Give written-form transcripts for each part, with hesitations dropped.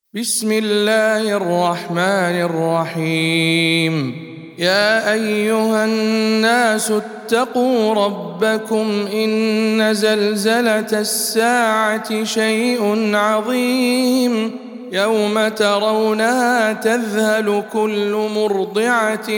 بسم الله الرحمن الرحيم. يا أيها الناس اتقوا ربكم إن زلزلة الساعة شيء عظيم يوم ترونها تذهل كل مرضعة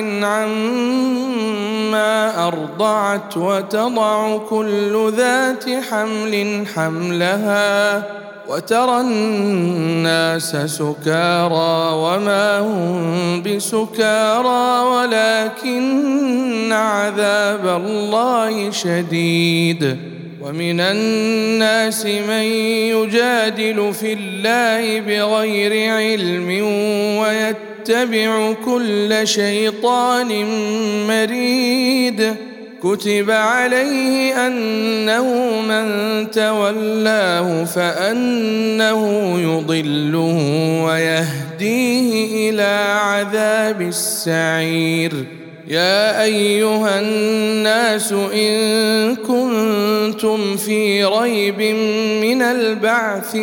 عما أرضعت وتضع كل ذات حمل حملها وترى الناس سكارى وما هم بسكارى ولكن عذاب الله شديد. ومن الناس من يجادل في الله بغير علم ويتبع كل شيطان مريد. كتب عليه أنه من تولاه فأنه يضله ويهديه إلى عذاب السعير. يا أيها الناس إن كنتم في ريب من البعث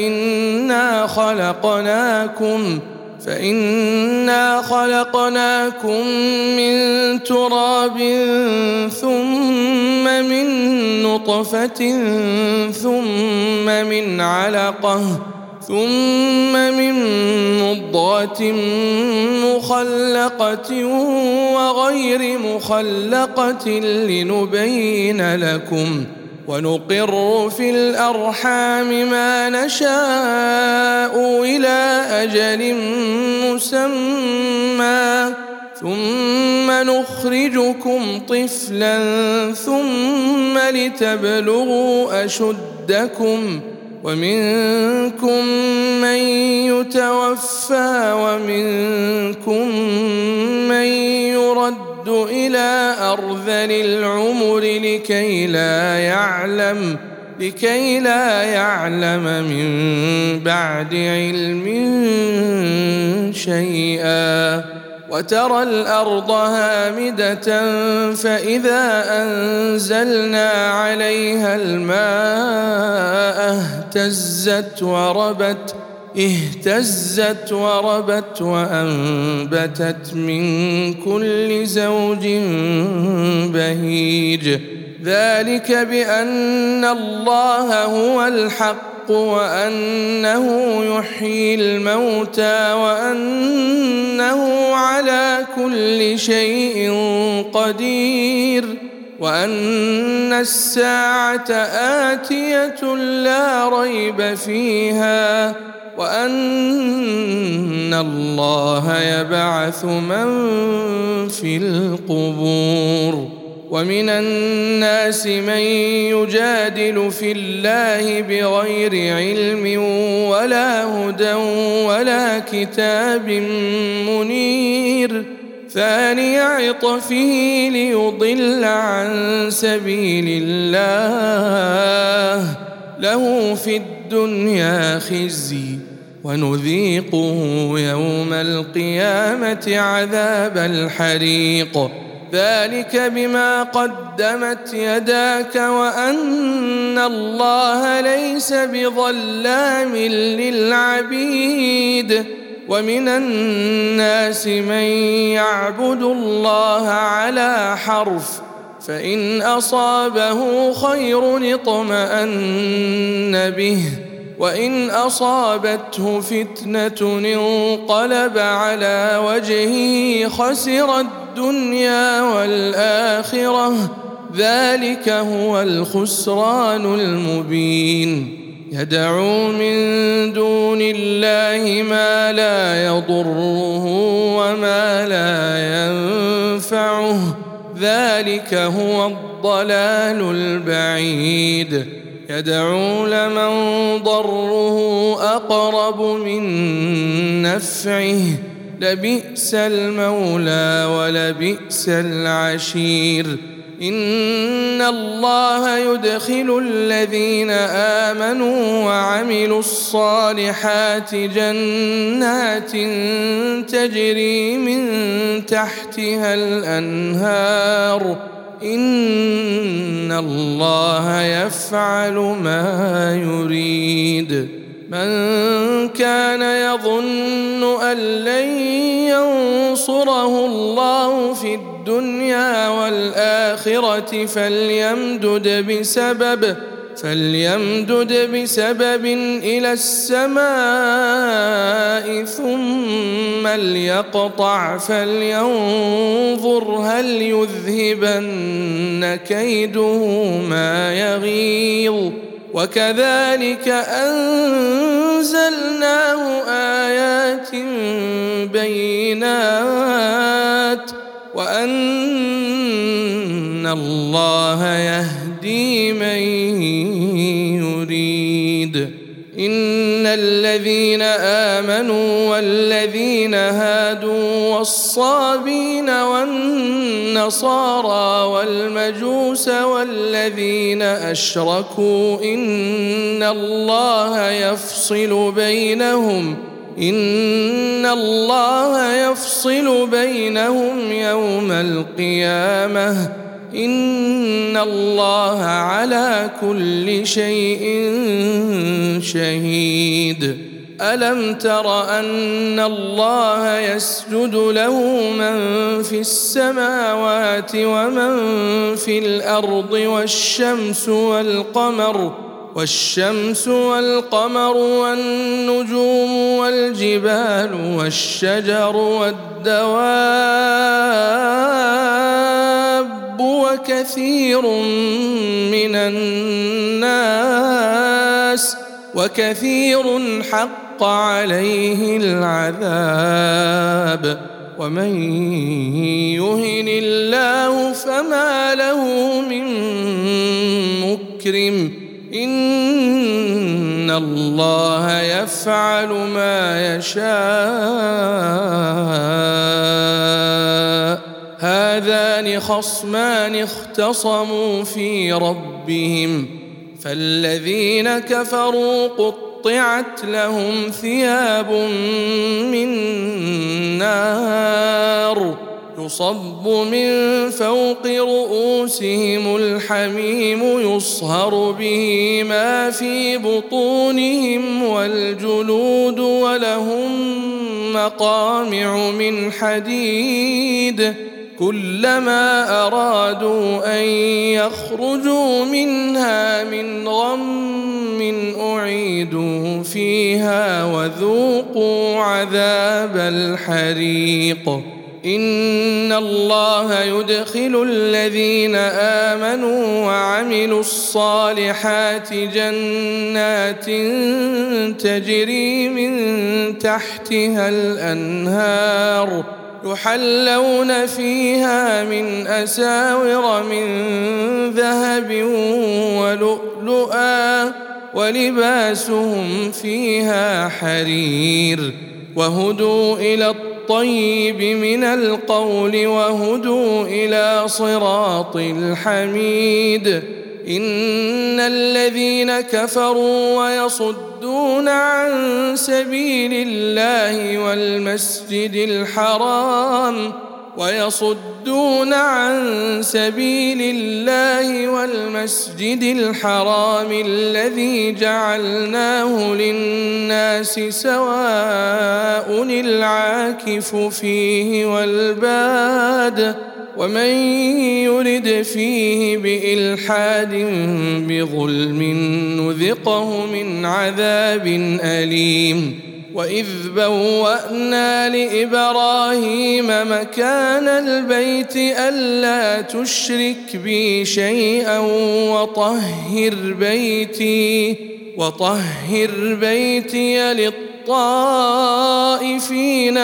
فإنا خلقناكم من تراب ثم من نطفة ثم من علقة ثم من مضغة مخلقة وغير مخلقة لنبين لكم ونقر في الأرحام ما نشاء إلى أجل مسمى ثم نخرجكم طفلا ثم لتبلغوا أشدكم ومنكم من يتوفى ومنكم من يرد إلى أرذل العمر لكي لا يعلم من بعد علم شيئا. وترى الأرض هامدة فإذا أنزلنا عليها الماء اهتزت وربت وأنبتت من كل زوج بهيج. ذلك بأن الله هو الحق وأنه يحيي الموتى وأنه على كل شيء قدير وأن الساعة آتية لا ريب فيها وأن الله يبعث من في القبور. ومن الناس من يجادل في الله بغير علم ولا هدى ولا كتاب منير. ثاني عطفه ليضل عن سبيل الله له في الدنيا خزي ونذيقه يوم القيامة عذاب الحريق. ذلك بما قدمت يداك وأن الله ليس بظلام للعبيد. ومن الناس من يعبد الله على حرف فإن أصابه خير اطمأن به وإن أصابته فتنة انقلب على وجهه خسر الدنيا والآخرة ذلك هو الخسران المبين. يدعو من دون الله ما لا يضره وما لا ينفعه ذلك هو الضلال البعيد. يدعو لمن ضره أقرب من نفعه لبئس المولى ولبئس العشير. إن الله يدخل الذين آمنوا وعملوا الصالحات جنات تجري من تحتها الأنهار إن الله يفعل ما يريد. من كان يظن أن لن ينصره الله في الدنيا والآخرة فليمدد بسبب إلى السماء ثم ليقطع فلينظر هل يذهبن كيده ما يغيظ وكذلك أنزلناه آيات بينات وأن الله يهدي من يريد. إن الذين آمنوا والذين هادوا والصابين والنصارى والمجوس والذين أشركوا إن الله يفصل بينهم يوم القيامة إن الله على كل شيء شهيد. ألم تر أن الله يسجد له من في السماوات ومن في الأرض والشمس والقمر والنجوم والجبال والشجر والدواب وكثير حق عليه العذاب ومن يهن الله فما له من مكرم إن الله يفعل ما يشاء. هذان خصمان اختصموا في ربهم فالذين كفروا قطعت لهم ثياب من نار يصب من فوق رؤوسهم الحميم يصهر به ما في بطونهم والجلود ولهم مقامع من حديد كلما أرادوا أن يخرجوا منها من غم أعيدوا فيها وذوقوا عذاب الحريق. إن الله يدخل الذين آمنوا وعملوا الصالحات جنات تجري من تحتها الأنهار يحلون فيها من أساور من ذهب ولؤلؤا ولباسهم فيها حرير وهدوا إلى الطيب من القول وهدوا إلى صراط الحميد. إن الذين كفروا ويصدون عن سبيل الله والمسجد الحرام الذي جعلناه للناس سواء العاكف فيه والباد ومن يرد فيه بإلحاد بظلم نذقه من عذاب أليم. وإذ بوأنا لإبراهيم مكان البيت ألا تشرك بي شيئا وطهر بيتي للطائفين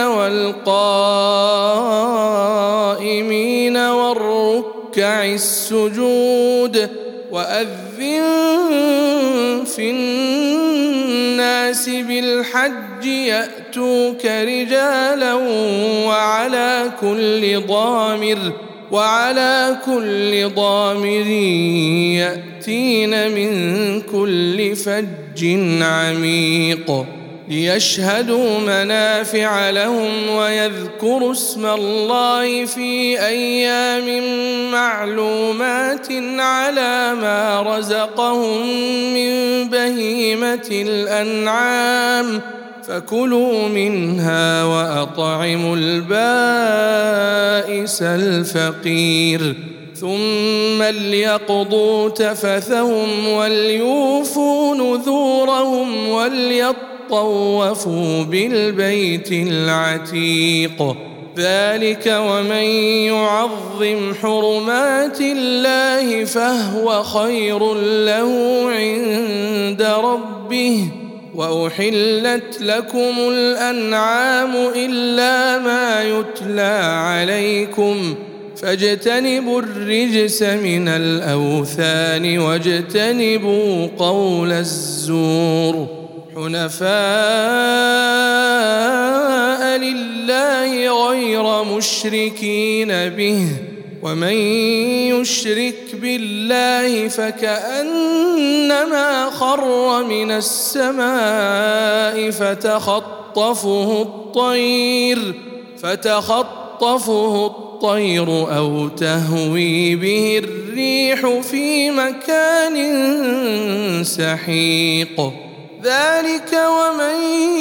والقائمين والركع السجود. وأذن في الناس بالحج يأتوك رجالا وعلى كل ضامر يأتين من كل فج عميق. ليشهدوا منافع لهم ويذكروا اسم الله في أيام معلومات على ما رزقهم من بهيمة الأنعام فكلوا منها وأطعموا البائس الفقير ثم ليقضوا تفثهم وليوفوا نذورهم وليطوفوا بالبيت العتيق ذلك ومن يعظم حرمات الله فهو خير له عند ربه وأحلت لكم الأنعام إلا ما يتلى عليكم فاجتنبوا الرجس من الأوثان واجتنبوا قول الزور حنفاء لله غير مشركين به ومن يشرك بالله فكأنما خر من السماء فتخطفه الطير أو تهوي به الريح في مكان سحيق ذلك ومن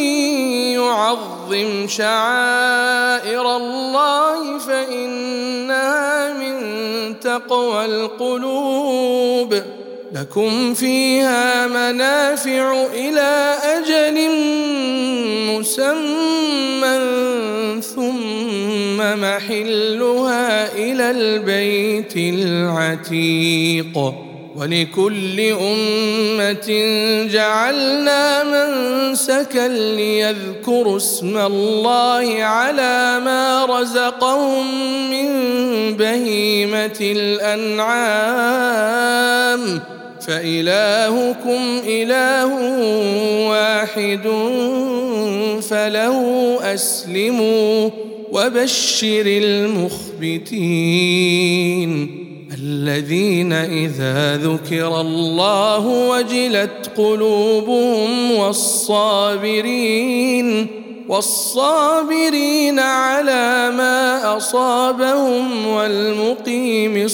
يعظم شعائر الله فإنها من تقوى القلوب لكم فيها منافع إلى أجل مسمى ثم محلها إلى البيت العتيق ولكل أمة جعلنا منسكا ليذكروا اسم الله على ما رزقهم من بهيمة الأنعام فإلهكم إله واحد فله أسلموا وبشر المخبتين الذين إذا ذكر الله وجلت قلوبهم والصابرين على ما أصابهم والمقيم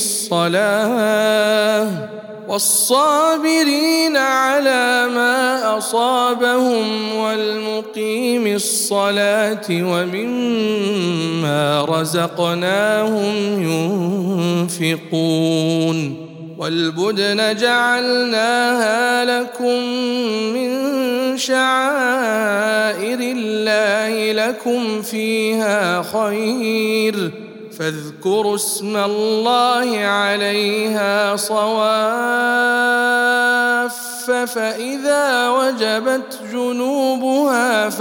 الصلاة ومما رزقناهم ينفقون والبدن جعلناها لكم من شعائر الله لكم فيها خير فاذكروا اسم الله عليها صواف فإذا وجبت جنوبها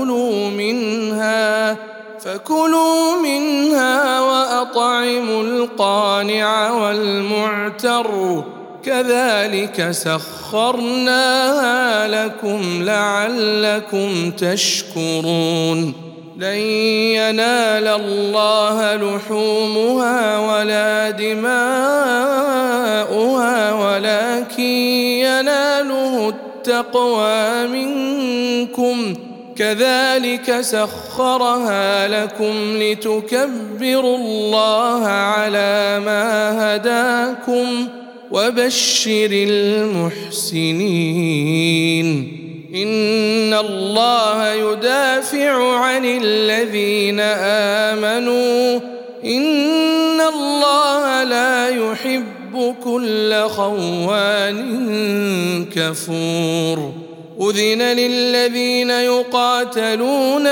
فكلوا منها وأطعموا القانع والمعتر كذلك سخرناها لكم لعلكم تشكرون لن ينال الله لحومها ولا دماؤها ولكن يناله التقوى منكم كذلك سخرها لكم لتكبروا الله على ما هداكم وبشر المحسنين إن الله يدافع عن الذين آمنوا إن الله لا يحب كل خوان كفور أذن للذين يقاتلون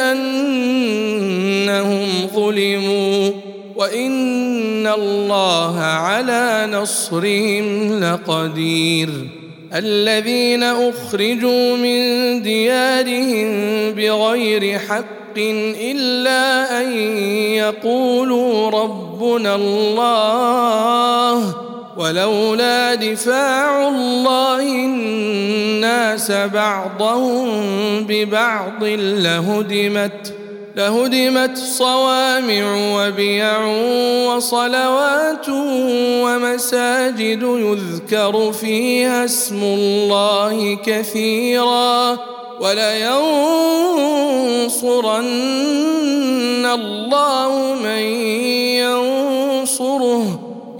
بأنهم ظلموا وإن الله على نصرهم لقدير الذين أخرجوا من ديارهم بغير حق إلا أن يقولوا ربنا الله ولولا دفاع الله الناس بعضهم ببعض لهدمت صوامع وبيع وصلوات ومساجد يذكر فيها اسم الله كثيرا ولينصرن الله من ينصره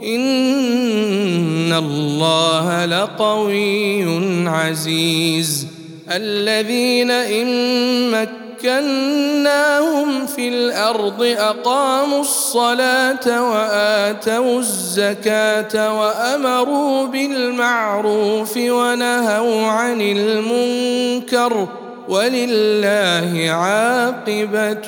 إن الله لقوي عزيز الذين إن مكناهم في الأرض أقاموا الصلاة وآتوا الزكاة وأمروا بالمعروف ونهوا عن المنكر ولله عاقبة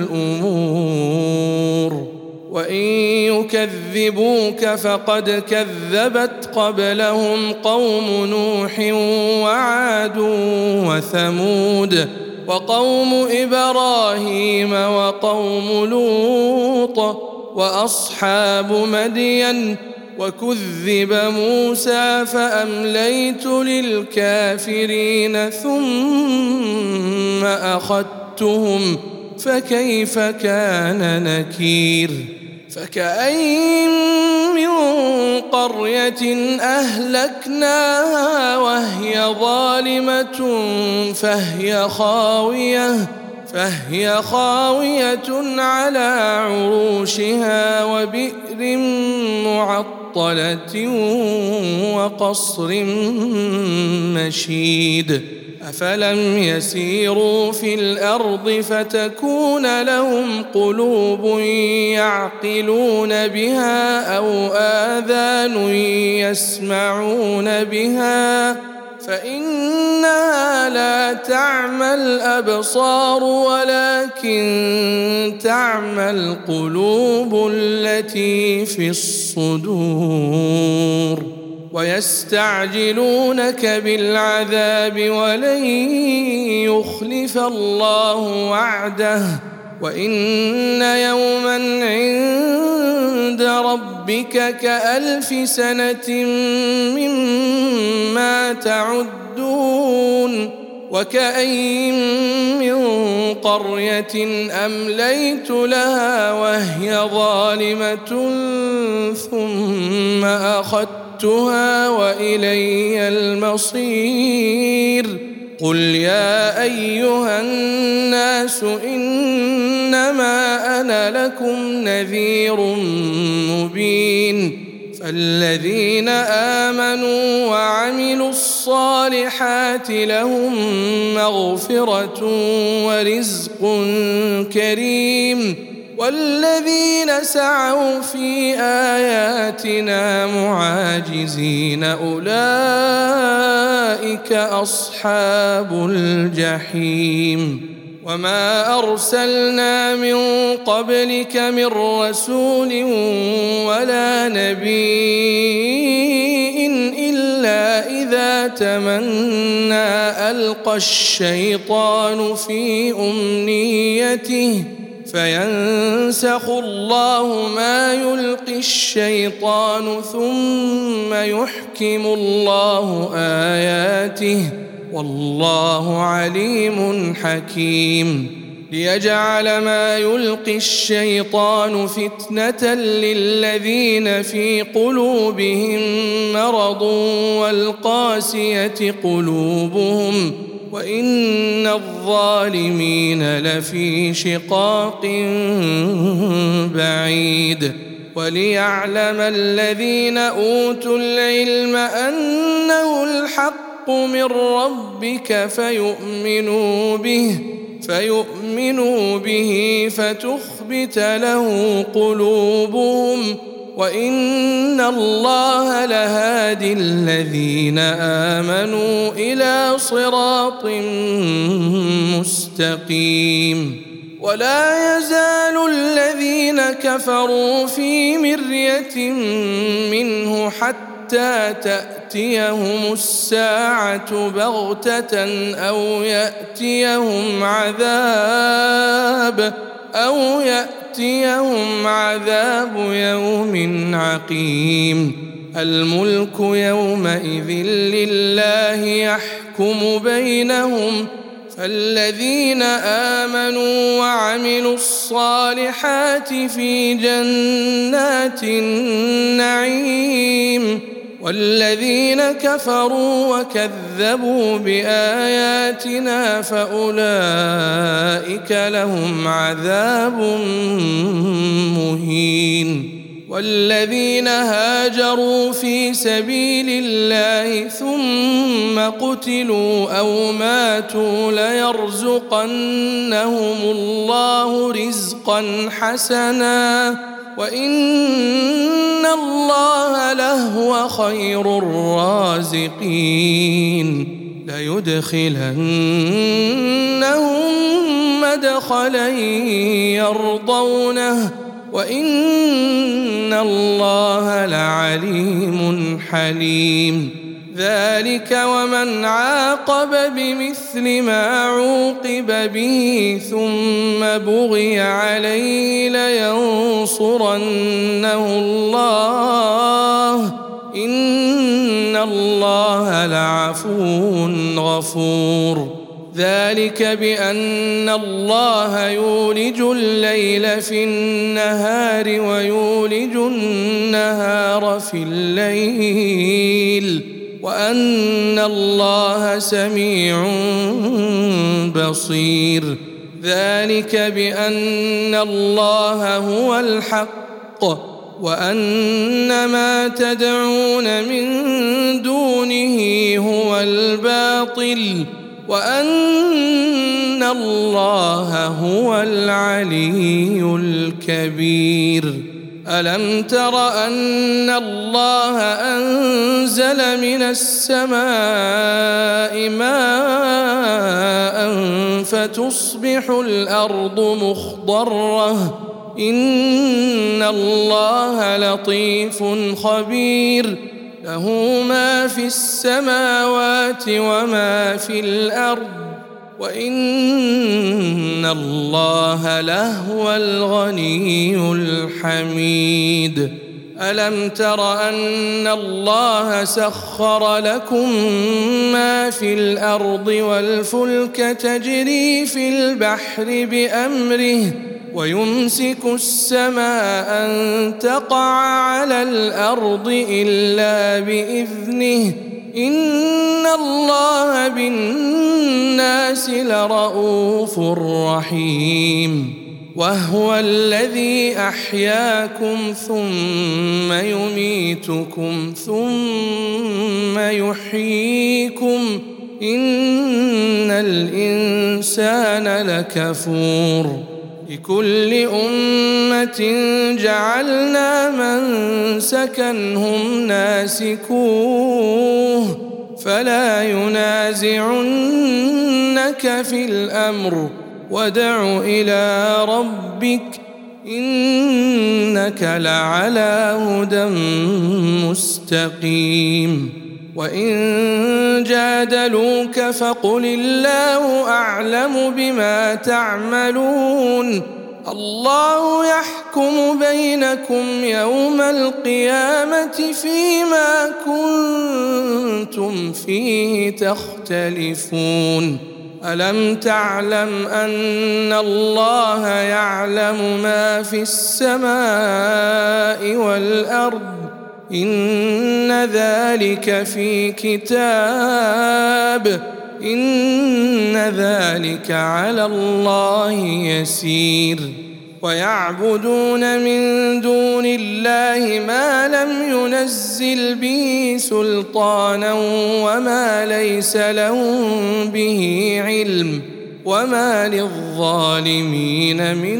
الأمور وإن يكذبوك فقد كذبت قبلهم قوم نوح وعاد وثمود وقوم إبراهيم وقوم لوط وأصحاب مدين وكذب موسى فأمليت للكافرين ثم أخذتهم فكيف كان نكير فكأين من قرية أهلكناها وهي ظالمة فهي خاوية على عروشها وبئر معطلة وقصر مشيد أفلم يسيروا في الأرض فتكون لهم قلوب يعقلون بها أو آذان يسمعون بها فإنها لا تعمى الأبصار ولكن تعمى القلوب التي في الصدور ويستعجلونك بالعذاب ولن يخلف الله وعده وإن يوما عند ربك كألف سنة مما تعدون وكأين من قرية أمليت لها وهي ظالمة ثم أخذتها وإلي المصير قل يا أيها الناس إنما أنا لكم نذير مبين فالذين آمنوا وعملوا الصالحات لهم مغفرة ورزق كريم والذين سعوا في آياتنا معاجزين أولئك أصحاب الجحيم وما أرسلنا من قبلك من رسول ولا نبي إلا إذا تمنى ألقى الشيطان في أمنيته فينسخ الله ما يلقي الشيطان ثم يحكم الله آياته والله عليم حكيم ليجعل ما يلقي الشيطان فتنة للذين في قلوبهم مرض والقاسية قلوبهم وإن الظالمين لفي شقاق بعيد وليعلم الذين أوتوا العلم أنه الحق من ربك فيؤمنوا به فتخبت له قلوبهم وإن الله لهادي الذين آمنوا إلى صراط مستقيم ولا يزال الذين كفروا في مرية منه حتى تأتيهم الساعة بغتة أو يأتيهم عذاب يوم عقيم الملك يومئذ لله يحكم بينهم فالذين آمنوا وعملوا الصالحات في جنات النعيم والذين كفروا وكذبوا بآياتنا فأولئك لهم عذاب مهين. والذين هاجروا في سبيل الله ثم قتلوا أو ماتوا ليرزقنهم الله رزقا حسنا وإن الله لهو خير الرازقين. ليدخلنهم مدخلا يرضونه وإن الله لعليم حليم. ذلك ومن عاقب بمثل ما عوقب به ثم بغي عليه لينصرنه الله إن الله لعفو غفور. ذلك بأن الله يولج الليل في النهار ويولج النهار في الليل وأن الله سميع بصير. ذلك بأن الله هو الحق وأن ما تدعون من دونه هو الباطل وأن الله هو العلي الكبير. ألم تر أن الله أنزل من السماء ماء فتصبح الأرض مخضرة إن الله لطيف خبير. له ما في السماوات وما في الأرض وإن الله لهو الغني الحميد. ألم تر أن الله سخر لكم ما في الأرض والفلك تجري في البحر بأمره ويمسك السماء أن تقع على الأرض إلا بإذنه إن الله بالناس لرءوف رحيم. وهو الذي أحياكم ثم يميتكم ثم يحييكم إن الإنسان لكفور. لكل أمة جعلنا منسكا هم ناسكوه فلا ينازعنك في الأمر وادع إلى ربك إنك لعلى هدى مستقيم. وإن جادلوك فقل الله أعلم بما تعملون الله يحكم بينكم يوم القيامة فيما كنتم فيه تختلفون. ألم تعلم أن الله يعلم ما في السماء والأرض إن ذلك في كتاب إن ذلك على الله يسير. ويعبدون من دون الله ما لم ينزل به سلطانا وما ليس لهم به علم وما للظالمين من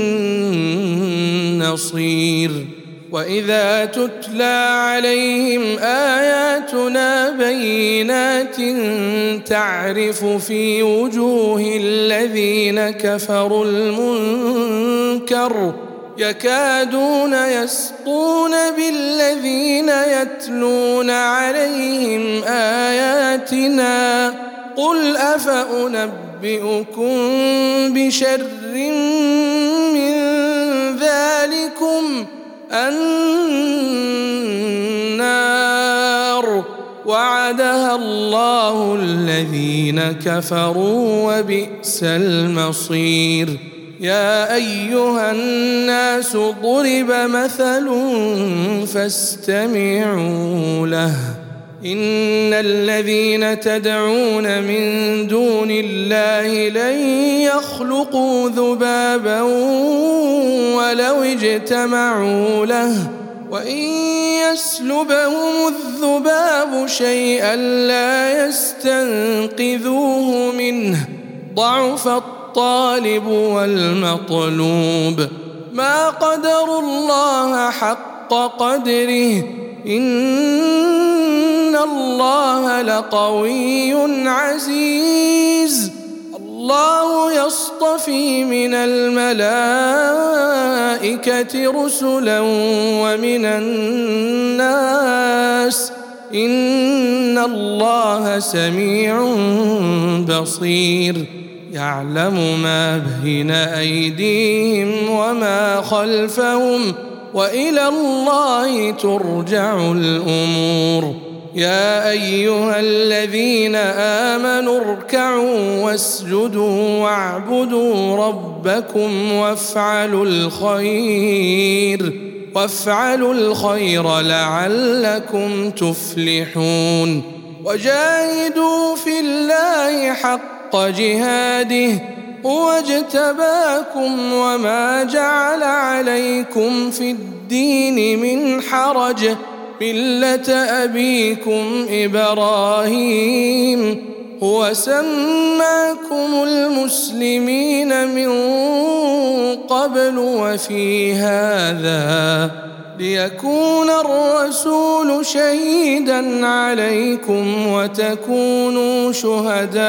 نصير. وإذا تتلى عليهم آياتنا بينات تعرف في وجوه الذين كفروا المنكر يكادون يسطون بالذين يتلون عليهم آياتنا قل أفأنبئكم بشر من ذلكم النار وعدها الله الذين كفروا وبئس المصير. يا أيها الناس ضرب مثل فاستمعوا له إن الذين تدعون من دون الله لن يخلقوا ذبابا ولو اجتمعوا له وإن يسلبهم الذباب شيئا لا يستنقذوه منه ضعف الطالب والمطلوب ما قدروا الله حق قدره إن الله لقوي عزيز الله يصطفي من الملائكة رسلا ومن الناس إن الله سميع بصير يعلم ما بين أيديهم وما خلفهم وإلى الله ترجع الأمور يا أيها الذين آمنوا اركعوا واسجدوا واعبدوا ربكم وافعلوا الخير لعلكم تفلحون وجاهدوا في الله حق جهاده هو اجتباكم وما جعل عليكم في الدين من حرج ملة أبيكم إبراهيم هو سماكم المسلمين من قبل وفي هذا ليكون الرسول شهيدا عليكم وتكونوا شهداء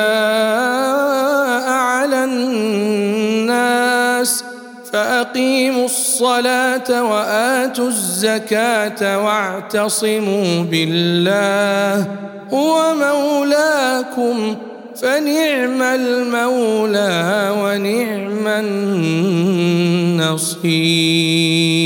على الناس فأقيموا الصلاة وآتوا الزكاة واعتصموا بالله هو مولاكم فنعم المولى ونعم النصير